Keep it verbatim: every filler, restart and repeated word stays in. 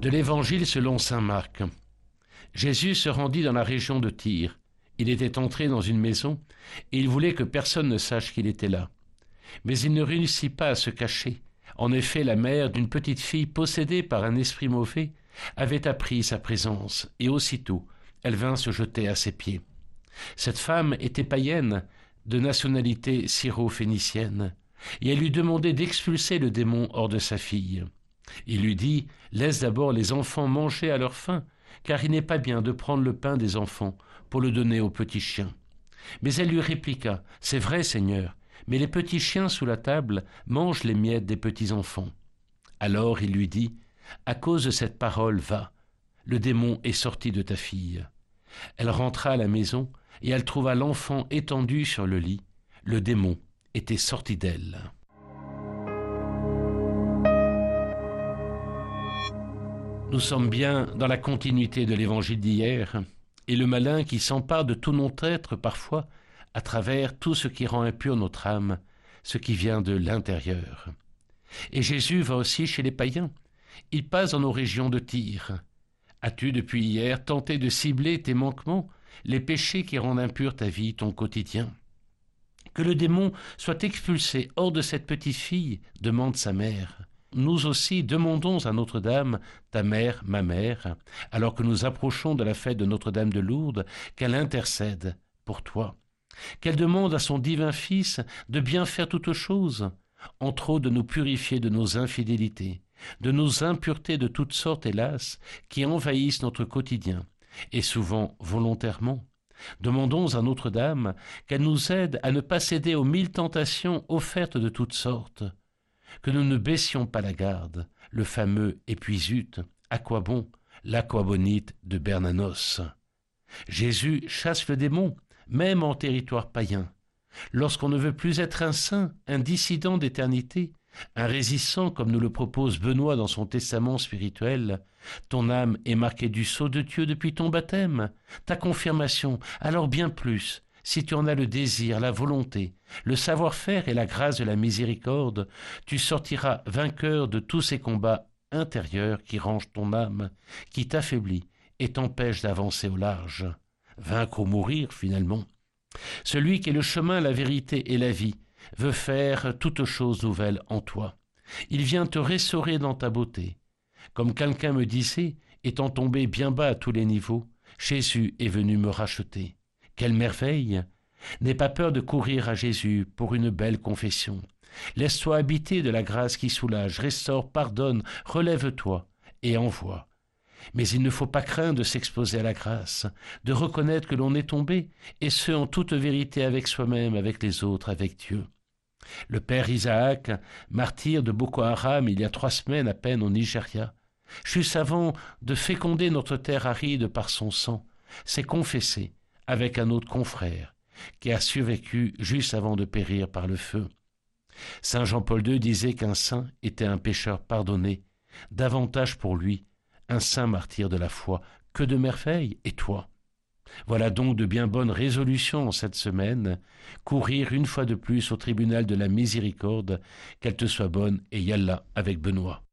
De l'Évangile selon saint Marc. Jésus se rendit dans la région de Tyr. Il était entré dans une maison et il voulait que personne ne sache qu'il était là. Mais il ne réussit pas à se cacher. En effet, la mère d'une petite fille possédée par un esprit mauvais avait appris sa présence et aussitôt, elle vint se jeter à ses pieds. Cette femme était païenne, de nationalité syro-phénicienne, et elle lui demandait d'expulser le démon hors de sa fille. Il lui dit « Laisse d'abord les enfants manger à leur faim, car il n'est pas bien de prendre le pain des enfants pour le donner aux petits chiens. » Mais elle lui répliqua « C'est vrai, Seigneur, mais les petits chiens sous la table mangent les miettes des petits enfants. » Alors il lui dit « À cause de cette parole, va, le démon est sorti de ta fille. » Elle rentra à la maison et elle trouva l'enfant étendu sur le lit. Le démon était sorti d'elle. Nous sommes bien dans la continuité de l'évangile d'hier, et le malin qui s'empare de tout notre être parfois, à travers tout ce qui rend impur notre âme, ce qui vient de l'intérieur. Et Jésus va aussi chez les païens. Il passe dans nos régions de Tyr. As-tu depuis hier tenté de cibler tes manquements, les péchés qui rendent impure ta vie, ton quotidien? Que le démon soit expulsé hors de cette petite fille, demande sa mère. Nous aussi demandons à Notre-Dame, ta mère, ma mère, alors que nous approchons de la fête de Notre-Dame de Lourdes, qu'elle intercède pour toi, qu'elle demande à son divin Fils de bien faire toutes choses, entre autres de nous purifier de nos infidélités, de nos impuretés de toutes sortes, hélas, qui envahissent notre quotidien, et souvent volontairement. Demandons à Notre-Dame qu'elle nous aide à ne pas céder aux mille tentations offertes de toutes sortes, que nous ne baissions pas la garde, le fameux « et puis zut, à quoi bon ?» l'aquabonite de Bernanos. Jésus chasse le démon, même en territoire païen. Lorsqu'on ne veut plus être un saint, un dissident d'éternité, un résistant comme nous le propose Benoît dans son testament spirituel, ton âme est marquée du sceau de Dieu depuis ton baptême, ta confirmation, alors bien plus. Si tu en as le désir, la volonté, le savoir-faire et la grâce de la miséricorde, tu sortiras vainqueur de tous ces combats intérieurs qui rangent ton âme, qui t'affaiblit et t'empêchent d'avancer au large. Vaincre ou mourir, finalement. Celui qui est le chemin, la vérité et la vie veut faire toutes choses nouvelles en toi. Il vient te restaurer dans ta beauté. Comme quelqu'un me disait, étant tombé bien bas à tous les niveaux, Jésus est venu me racheter. Quelle merveille! N'aie pas peur de courir à Jésus pour une belle confession. Laisse-toi habiter de la grâce qui soulage, restaure, pardonne, relève-toi et envoie. Mais il ne faut pas craindre de s'exposer à la grâce, de reconnaître que l'on est tombé, et ce en toute vérité avec soi-même, avec les autres, avec Dieu. Le père Isaac, martyr de Boko Haram il y a trois semaines à peine au Nigeria, juste avant de féconder notre terre aride par son sang, s'est confessé avec un autre confrère qui a survécu juste avant de périr par le feu. Saint Jean-Paul deux disait qu'un saint était un pécheur pardonné, davantage pour lui, un saint martyr de la foi. Que de merveilles, et toi? Voilà donc de bien bonnes résolutions en cette semaine, courir une fois de plus au tribunal de la miséricorde, qu'elle te soit bonne, et yallah avec Benoît.